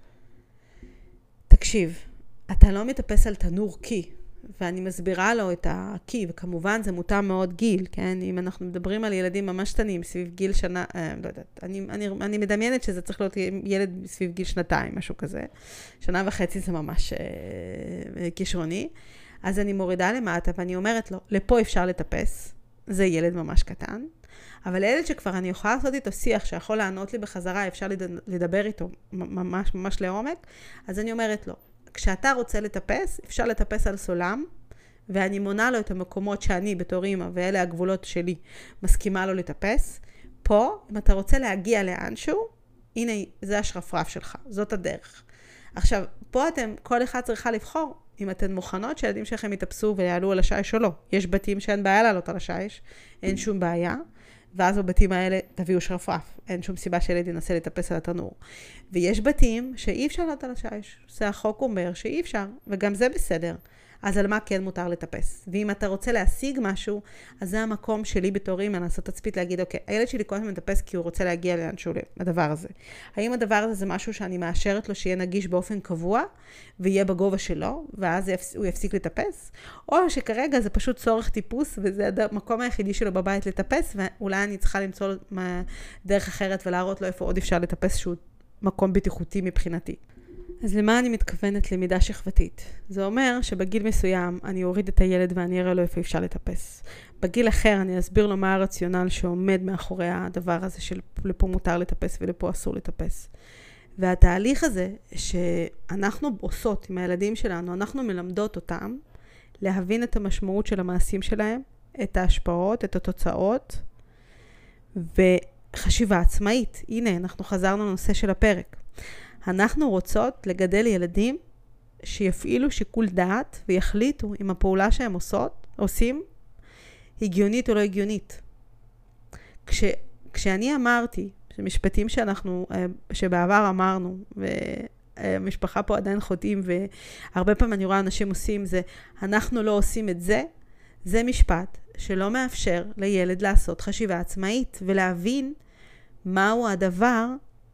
תקשיב, אתה לא מטפס על תנור קי, ואני מסבירה לו את הקי, וכמובן זה מותאם מאוד גיל, כן? אם אנחנו מדברים על ילדים ממש קטנים, סביב גיל שנה, לא יודעת, אני מדמיינת שזה צריך להיות ילד סביב גיל שנתיים, משהו כזה. 1.5 שנה זה ממש כישרוני. אז אני מורידה למטה ואני אומרת לו, לפה אפשר לטפס, זה ילד ממש קטן, אבל ילד שכבר אני יכולה לעשות איתו שיח, שיכול לענות לי בחזרה, אפשר לדבר איתו ממש ממש לעומק, אז אני אומרת לו, כשאתה רוצה לטפס, אפשר לטפס על סולם, ואני מונה לו את המקומות שאני בתור אמא, ואלה הגבולות שלי, מסכימה לו לטפס. פה, אם אתה רוצה להגיע לאנשהו, הנה, זה השרפרף שלך, זאת הדרך. עכשיו, פה כל אחד צריכה לבחור, אם אתן מוכנות שהילדים שלכם יטפסו ויעלו על השיש או לא. יש בתים שאין בעיה לעלות על השיש, אין שום בעיה, ואז בבתים האלה תביאו שרפרף. אין שום סיבה שילד ינסה לטפס על התנור. ויש בתים שאי אפשר לעלות על השיש. זה החוק אומר שאי אפשר, וגם זה בסדר. אז על מה כן מותר לטפס? ואם אתה רוצה להשיג משהו, אז זה המקום שלי בתור אמא לעשות תצפית להגיד, אוקיי, הילד שלי כל הזמן מטפס כי הוא רוצה להגיע לאנשהו לדבר הזה. האם הדבר הזה זה משהו שאני מאשרת לו שיהיה נגיש באופן קבוע, ויהיה בגובה שלו, ואז הוא יפסיק לטפס? או שכרגע זה פשוט צורך טיפוס, וזה המקום היחידי שלו בבית לטפס, ואולי אני צריכה למצוא דרך אחרת ולהראות לו איפה עוד אפשר לטפס שהוא מקום בטיחותי מבחינתי. אז למה אני מתכוונת למידה שכבתית? זה אומר שבגיל מסוים אני אוריד את הילד ואני אראה לו איפה אפשר לטפס. בגיל אחר אני אסביר לו מה הרציונל שעומד מאחורי הדבר הזה של לפה מותר לטפס ולפה אסור לטפס. והתהליך הזה שאנחנו עושות עם הילדים שלנו, אנחנו מלמדות אותם להבין את המשמעות של המעשים שלהם, את ההשפעות, את התוצאות, וחשיבה עצמאית. הנה, אנחנו חזרנו לנושא של הפרק. אנחנו רוצות לגדל ילדים שיפעילו שיקול דעת ויחליטו אם הפעולה שהם עושים הגיונית או לא הגיונית. כשאני אמרתי, שמשפטים שבעבר אמרנו, והמשפחה פה עדיין חוטאים, והרבה פעמים אני רואה אנשים עושים זה, אנחנו לא עושים את זה, זה משפט שלא מאפשר לילד לעשות חשיבה עצמאית, ולהבין מהו הדבר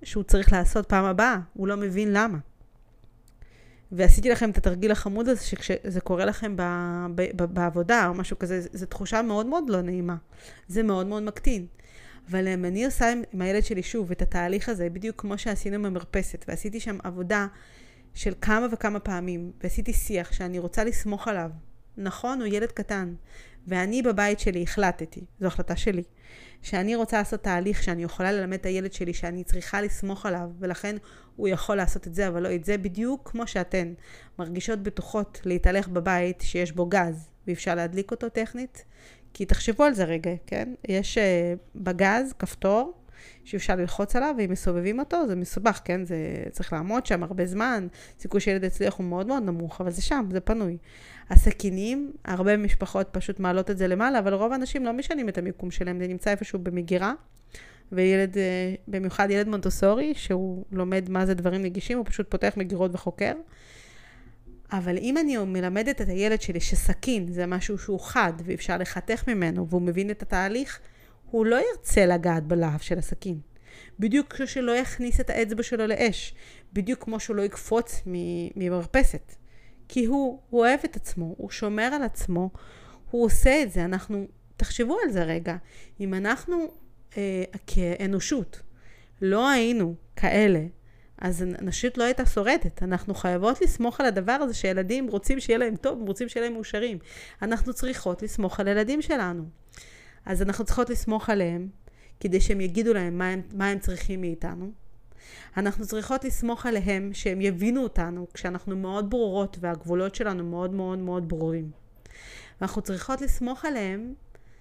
שהוא צריך לעשות פעם הבאה, הוא לא מבין למה. ועשיתי לכם את התרגיל החמוד הזה, שכשזה קורה לכם בעבודה או משהו כזה, זו תחושה מאוד מאוד לא נעימה. זה מאוד מאוד מקטין. אבל אם אני עושה עם הילד שלי שוב את התהליך הזה, בדיוק כמו שעשינו במרפסת, ועשיתי שם עבודה של כמה וכמה פעמים, ועשיתי שיח שאני רוצה לסמוך עליו. נכון, הוא ילד קטן, ואני בבית שלי החלטתי, זו החלטה שלי, שאני רוצה לעשות תהליך שאני יכולה ללמד את הילד שלי, שאני צריכה לסמוך עליו, ולכן הוא יכול לעשות את זה, אבל לא את זה, בדיוק כמו שאתן מרגישות בטוחות להתהלך בבית שיש בו גז, ואפשר להדליק אותו טכנית, כי תחשבו על זה רגע, כן? יש בגז כפתור, שאפשר ללחוץ עליו, ואם מסובבים אותו, זה מסובך, כן? זה צריך לעמוד שם הרבה זמן, סיכוי שילד אצליח הוא מאוד מאוד נמוך, אבל זה שם, זה פנוי. הסכינים, הרבה משפחות פשוט מעלות את זה למעלה, אבל רוב האנשים לא משנים את המיקום שלהם, זה נמצא איפשהו במגירה, וילד, במיוחד ילד מונטסורי, שהוא לומד מה זה דברים נגישים, הוא פשוט פותח מגירות וחוקר. אבל אם אני מלמדת את הילד שלי שסכין זה משהו שהוא חד, ואפשר לחתך ממנו, והוא מבין את התהליך, הוא לא ירצה לגעת בלהב של הסכין. בדיוק כמו שלא יכניס את האצבע שלו לאש. בדיוק כמו שהוא לא יקפוץ ממרפסת. כי הוא אוהב את עצמו, הוא שומר על עצמו, הוא עושה את זה. תחשבו על זה רגע. אם אנחנו כאנושות לא היינו כאלה, אז האנושות לא הייתה שורדת. אנחנו חייבות לסמוך על הדבר הזה שילדים רוצים שיהיה להם טוב, רוצים שיהיה להם מאושרים. אנחנו צריכות לסמוך על ילדים שלנו. אז אנחנו צריכות לסמוך עליהם, כדי שהם יגידו להם מה הם צריכים מאיתנו. אנחנו צריכות לסמוך עליהם שהם יבינו אותנו, כשאנחנו מאוד ברורות והגבולות שלנו מאוד מאוד מאוד ברורים. ואנחנו צריכות לסמוך עליהם,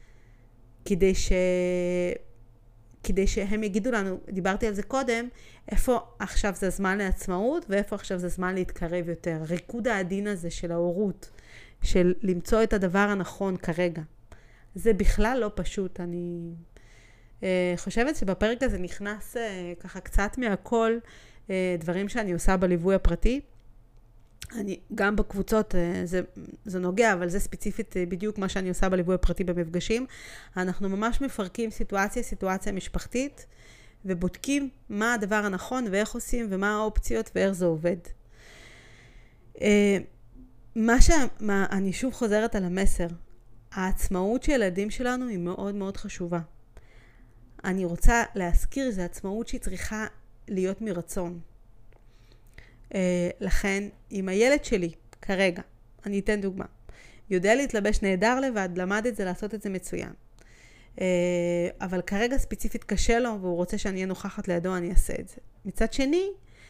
כדי שהם יגידו לנו, דיברתי על זה קודם, איפה עכשיו זה הזמן לעצמאות, ואיפה עכשיו זה הזמן להתקרב יותר. ריקוד העדין הזה של ההורות, של למצוא את הדבר הנכון כרגע. זה בכלל לא פשוט. אני חושבת שבפרק הזה נכנס ככה קצת מהכל דברים שאני עושה בליווי הפרטי. גם בקבוצות זה נוגע, אבל זה ספציפית בדיוק מה שאני עושה בליווי הפרטי במפגשים. אנחנו ממש מפרקים סיטואציה משפחתית, ובודקים מה הדבר הנכון ואיך עושים ומה האופציות ואיך זה עובד. אני שוב חוזרת על המסר. העצמאות של ילדים שלנו היא מאוד מאוד חשובה. אני רוצה להזכיר, זה עצמאות שהיא צריכה להיות מרצון. לכן, אם הילד שלי, כרגע, אני אתן דוגמה, יודע להתלבש נהדר לבד, למד את זה, לעשות את זה מצוין. אבל כרגע ספציפית קשה לו, והוא רוצה שאני אהיה נוכחת לידו, אני אעשה את זה. מצד שני,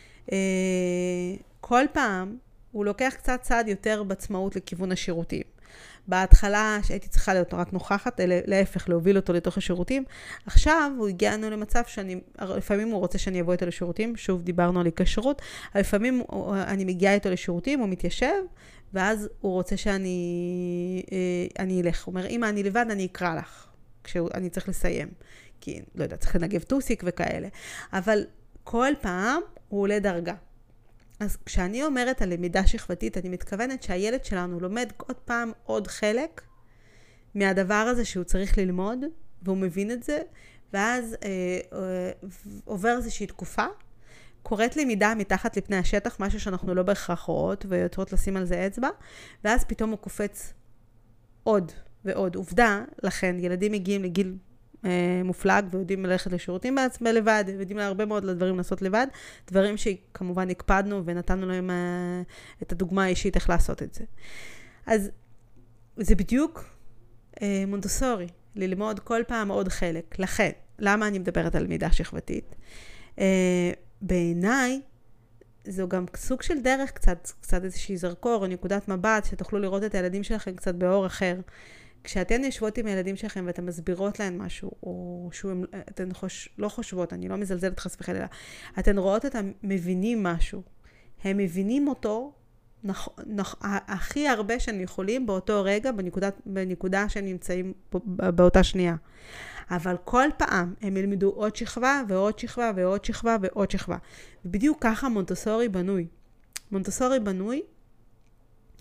כל פעם הוא לוקח קצת צעד יותר בעצמאות לכיוון השירותים. בהתחלה שהייתי צריכה להיות רק נוכחת, להפך, להוביל אותו לתוך השירותים. עכשיו הוא הגיענו למצב לפעמים הוא רוצה שאני אבוא איתו לשירותים, שוב דיברנו על היקשרות, לפעמים אני מגיעה איתו לשירותים, הוא מתיישב, ואז הוא רוצה שאני אלך. הוא אומר, אמא, אני לבד, אני אקרא לך, כשאני צריך לסיים. כי, לא יודע, צריך לנגב טוסיק וכאלה. אבל כל פעם הוא עולה דרגה. אז כשאני אומרת על למידה שכבתית, אני מתכוונת שהילד שלנו לומד עוד פעם עוד חלק מהדבר הזה שהוא צריך ללמוד, והוא מבין את זה, ואז עובר איזושהי תקופה, קורית למידה מתחת לפני השטח, משהו שאנחנו לא בהכרח רואות, ויותרות לשים על זה אצבע, ואז פתאום הוא קופץ עוד ועוד. עובדה, לכן ילדים מגיעים לגיל מופלג ויודעים ללכת לשירותים בעצמם לבד, ויודעים להרבה מאוד לדברים לעשות לבד, דברים שכמובן הקפדנו ונתנו להם את הדוגמה האישית איך לעשות את זה. אז זה בדיוק מונטסורי, ללמוד כל פעם עוד חלק. לכן, למה אני מדברת על למידה שכבתית? בעיניי, זו גם סוג של דרך, קצת איזושהי זרקור או נקודת מבט, שתוכלו לראות את הילדים שלכם קצת באור אחר. כשאתן יושבות עם הילדים שלכם ואתן מסבירות להן משהו, או שאתן לא חושבות, אני לא מזלזלת חס וחלילה, אתן רואות אותם מבינים משהו. הם מבינים אותו הכי הרבה שהם יכולים באותו רגע, בנקודה שהם נמצאים באותה שנייה. אבל כל פעם הם ילמדו עוד שכבה ועוד שכבה ועוד שכבה ועוד שכבה. ובדיוק ככה מונטסורי בנוי. מונטסורי בנוי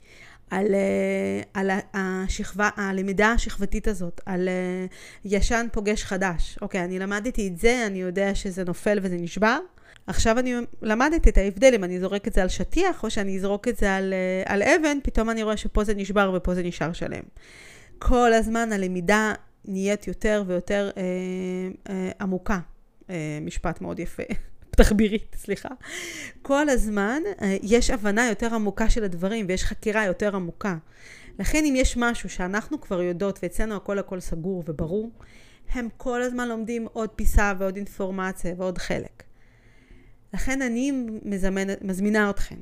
על הלמידה השכבתית הזאת, על ישן פוגש חדש. אוקיי, אני למדתי את זה, אני יודע שזה נופל וזה נשבר. עכשיו אני למדתי את ההבדל, אם אני זורק את זה על שטיח, או שאני אזרוק את זה על אבן, פתאום אני רואה שפה זה נשבר ופה זה נשאר שלם. כל הזמן הלמידה נהיית יותר ויותר עמוקה. משפט מאוד יפה. תחבירית, סליחה. כל הזמן יש הבנה יותר עמוקה של הדברים, ויש חקירה יותר עמוקה. לכן אם יש משהו שאנחנו כבר יודעות, ואצלנו הכל סגור וברור, הם כל הזמן לומדים עוד פיסה ועוד אינפורמציה ועוד חלק. לכן אני מזמינה אתכם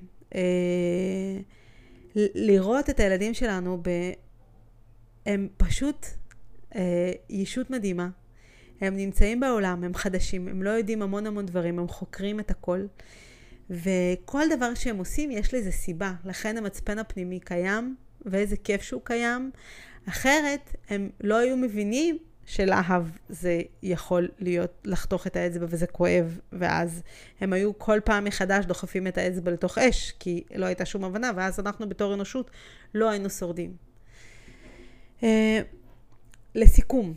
לראות את הילדים שלנו, הם פשוט ישות מדהימה. הם נמצאים בעולם, הם חדשים, הם לא יודעים המון דברים, הם חוקרים את הכל. וכל דבר שהם עושים יש לזה סיבה. לכן המצפן הפנימי קיים, ואיזה כיף שהוא קיים. אחרת הם לא היו מבינים שלהב זה יכול להיות לחתוך את האצבע וזה כואב, ואז הם היו כל פעם מחדש דוחפים את האצבע לתוך אש, כי לא הייתה שום הבנה, ואז אנחנו בתור אנושות לא היינו שורדים. לסיכום,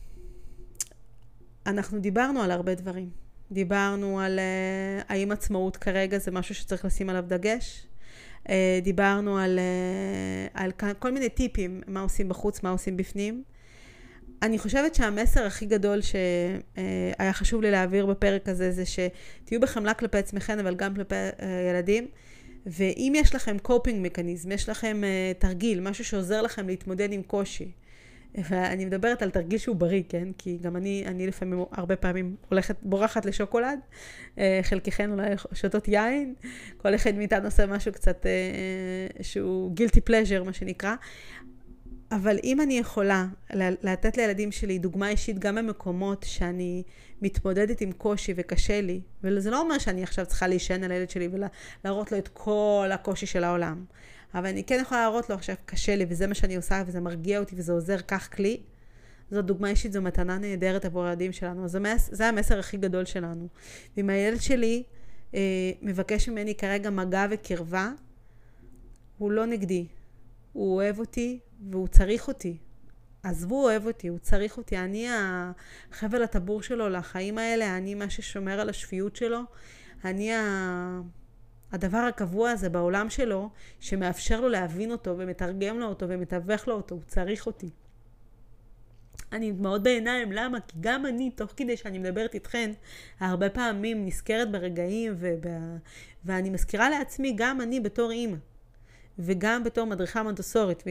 אנחנו דיברנו על הרבה דברים. דיברנו על האם עצמאות כרגע זה משהו שצריך לשים עליו דגש. דיברנו על כל מיני טיפים, מה עושים בחוץ, מה עושים בפנים. אני חושבת שהמסר הכי גדול שהיה חשוב לי להעביר בפרק הזה, זה שתהיו בחמלה כלפי עצמכם, אבל גם כלפי ילדים. ואם יש לכם קופינג מקניזם, יש לכם תרגיל, משהו שעוזר לכם להתמודד עם קושי, ואני מדברת על תרגיל שהוא בריא, כן? כי גם אני לפעמים הרבה פעמים בורחת לשוקולד, חלקכן אולי שותות יין, כל אחד מאיתנו עושה משהו קצת שהוא guilty pleasure, מה שנקרא. אבל אם אני יכולה לתת לילדים שלי דוגמה אישית גם במקומות שאני מתמודדת עם קושי וקשה לי, וזה לא אומר שאני עכשיו צריכה להישען על הילד שלי ולהראות לו את כל הקושי של העולם. אבל אני כן יכולה להראות לו עכשיו קשה לי, וזה מה שאני עושה, וזה מרגיע אותי, וזה עוזר כך כלי. זו דוגמה אישית, זו מתנה נהדרת עבור הילדים שלנו. אז זה המסר הכי גדול שלנו. ואם הילד שלי מבקש ממני כרגע מגע וקרבה, הוא לא נגדי. הוא אוהב אותי, והוא צריך אותי. אז הוא אוהב אותי, הוא צריך אותי. אני החבל הטבור שלו לחיים האלה, אני מה ששומר על השפיות שלו. אני הדבר הקבוע הזה בעולם שלו, שמאפשר לו להבין אותו, ומתרגם לו אותו, ומתווך לו אותו, הוא צריך אותי. אני מאוד בעיניים, למה? כי גם אני, תוך כדי שאני מדברת איתכן, הרבה פעמים נזכרת ברגעים, ואני מזכירה לעצמי, גם אני בתור אימא, וגם בתור מדריכה מונטסורית,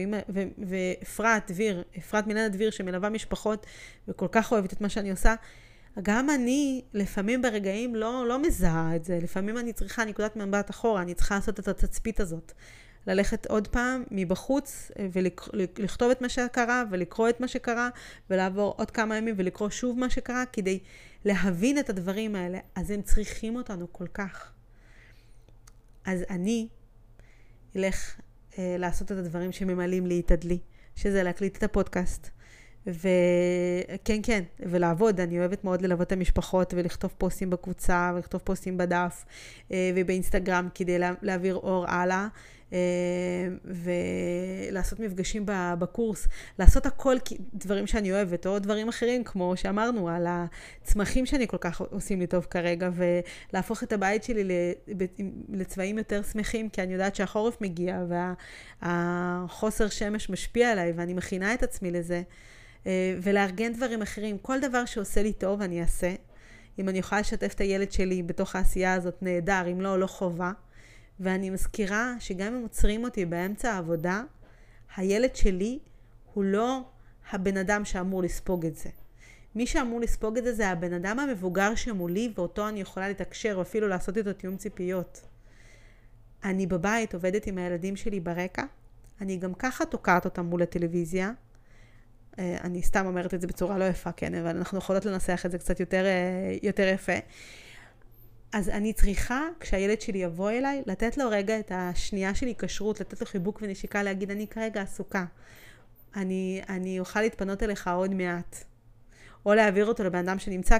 אפרת מילנה דביר, שמלווה משפחות, וכל כך אוהבת את מה שאני עושה, גם אני לפעמים ברגעים לא מזהה את זה, לפעמים אני צריכה נקודת מבט אחורה, אני צריכה לעשות את התצפית הזאת, ללכת עוד פעם מבחוץ ולכתוב את מה שקרה ולקרוא את מה שקרה ולעבור עוד כמה ימים ולקרוא שוב מה שקרה כדי להבין את הדברים האלה. אז הם צריכים אותנו כל כך. אז אני אלך לעשות את הדברים שממלאים לי את הדלי, שזה להקליט את הפודקאסט. וכן, ולעבוד. אני אוהבת מאוד ללוות את המשפחות ולכתוב פוסטים בקבוצה ולכתוב פוסטים בדף ובאינסטגרם כדי להעביר אור הלאה, ולעשות מפגשים בקורס, לעשות הכל דברים שאני אוהבת, או דברים אחרים כמו שאמרנו על הצמחים שאני כל כך עושים לי טוב כרגע, ולהפוך את הבית שלי לצבעים יותר שמחים, כי אני יודעת שהחורף מגיע והחוסר שמש משפיע עליי ואני מכינה את עצמי לזה. ולארגן דברים אחרים. כל דבר שעושה לי טוב אני אעשה. אם אני יכולה לשתף את הילד שלי בתוך העשייה הזאת, נהדר, אם לא חובה. ואני מזכירה שגם אם עוצרים אותי באמצע העבודה, הילד שלי הוא לא הבן אדם שאמור לספוג את זה. מי שאמור לספוג את זה זה הבן אדם המבוגר שמולי, ואותו אני יכולה לתקשר או אפילו לעשות איתו תיאום ציפיות. אני בבית עובדת עם הילדים שלי ברקע. אני גם ככה תוקעת אותם מול הטלוויזיה. אני סתם אומרת את זה בצורה לא יפה, כן, אבל אנחנו יכולות לנסח את זה קצת יותר יפה. אז אני צריכה, כשהילד שלי יבוא אליי, לתת לו רגע את השנייה שלי כשרות, לתת לו חיבוק ונשיקה, להגיד, אני כרגע עסוקה. אני אוכל להתפנות אליך עוד מעט. או להעביר אותו לבן אדם שנמצא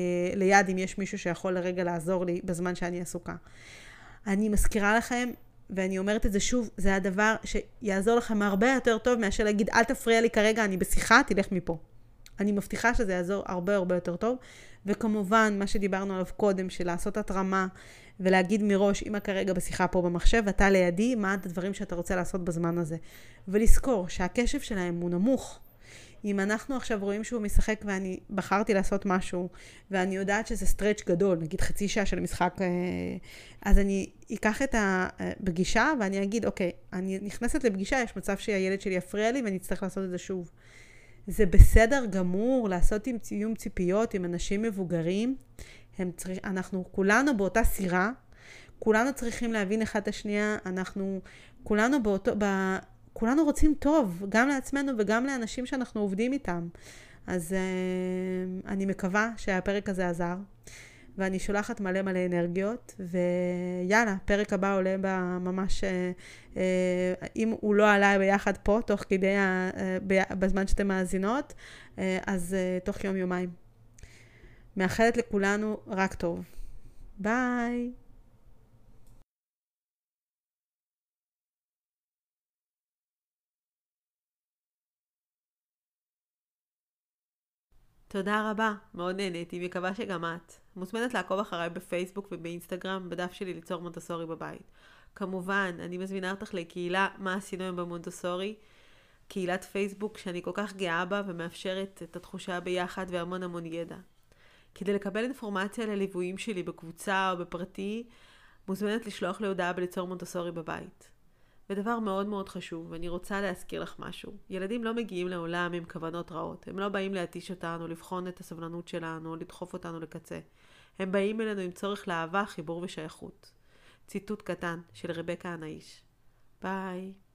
ליד, אם יש מישהו שיכול לרגע לעזור לי בזמן שאני עסוקה. אני מזכירה לכם, ואני אומרת את זה שוב, זה הדבר שיעזור לכם הרבה יותר טוב מאשר להגיד, אל תפריע לי כרגע, אני בשיחה, תלך מפה. אני מבטיחה שזה יעזור הרבה הרבה יותר טוב. וכמובן, מה שדיברנו עליו קודם, של לעשות התרמה, ולהגיד מראש, אמא כרגע בשיחה פה במחשב, אתה לידי, מה הדברים שאתה רוצה לעשות בזמן הזה. ולזכור שהקשב שלהם הוא נמוך. אם אנחנו עכשיו רואים שהוא משחק ואני בחרתי לעשות משהו, ואני יודעת שזה סטרץ' גדול, נגיד חצי שעה של משחק, אז אני אקח את הפגישה ואני אגיד, אוקיי, אני נכנסת לפגישה, יש מצב שהילד שלי יפריע לי ואני אצטרך לעשות את זה שוב. זה בסדר גמור לעשות עם ציום ציפיות, עם אנשים מבוגרים. אנחנו כולנו באותה סירה, כולנו צריכים להבין אחד את השנייה, אנחנו כולנו רוצים טוב, גם לעצמנו וגם לאנשים שאנחנו עובדים איתם. אז אני מקווה שהפרק הזה עזר, ואני שולחת מלא מלא אנרגיות, ויאללה, פרק הבא עולה ממש, אם הוא לא עלה ביחד פה, תוך כדי, בזמן שאתם מאזינות, אז תוך יום-יומיים. מאחלת לכולנו רק טוב. ביי! תודה רבה, מאוד נהניתי, מקווה שגם את. מוזמנת לעקוב אחריי בפייסבוק ובאינסטגרם, בדף שלי ליצור מונטסורי בבית. כמובן, אני מזמינה אותך לקהילה מה עשינו היום במונטסורי, קהילת פייסבוק שאני כל כך גאה בה ומאפשרת את התחושה ביחד והמון המון ידע. כדי לקבל אינפורמציה לליוויים שלי בקבוצה או בפרטי, מוזמנת לשלוח לי הודעה בליצור מונטסורי בבית. ודבר מאוד מאוד חשוב, ואני רוצה להזכיר לך משהו. ילדים לא מגיעים לעולם עם כוונות רעות. הם לא באים להתיש אותנו, לבחון את הסבלנות שלנו, לדחוף אותנו לקצה. הם באים אלינו עם צורך לאהבה, חיבור ושייכות. ציטוט קטן של רבקה הנאיש. ביי.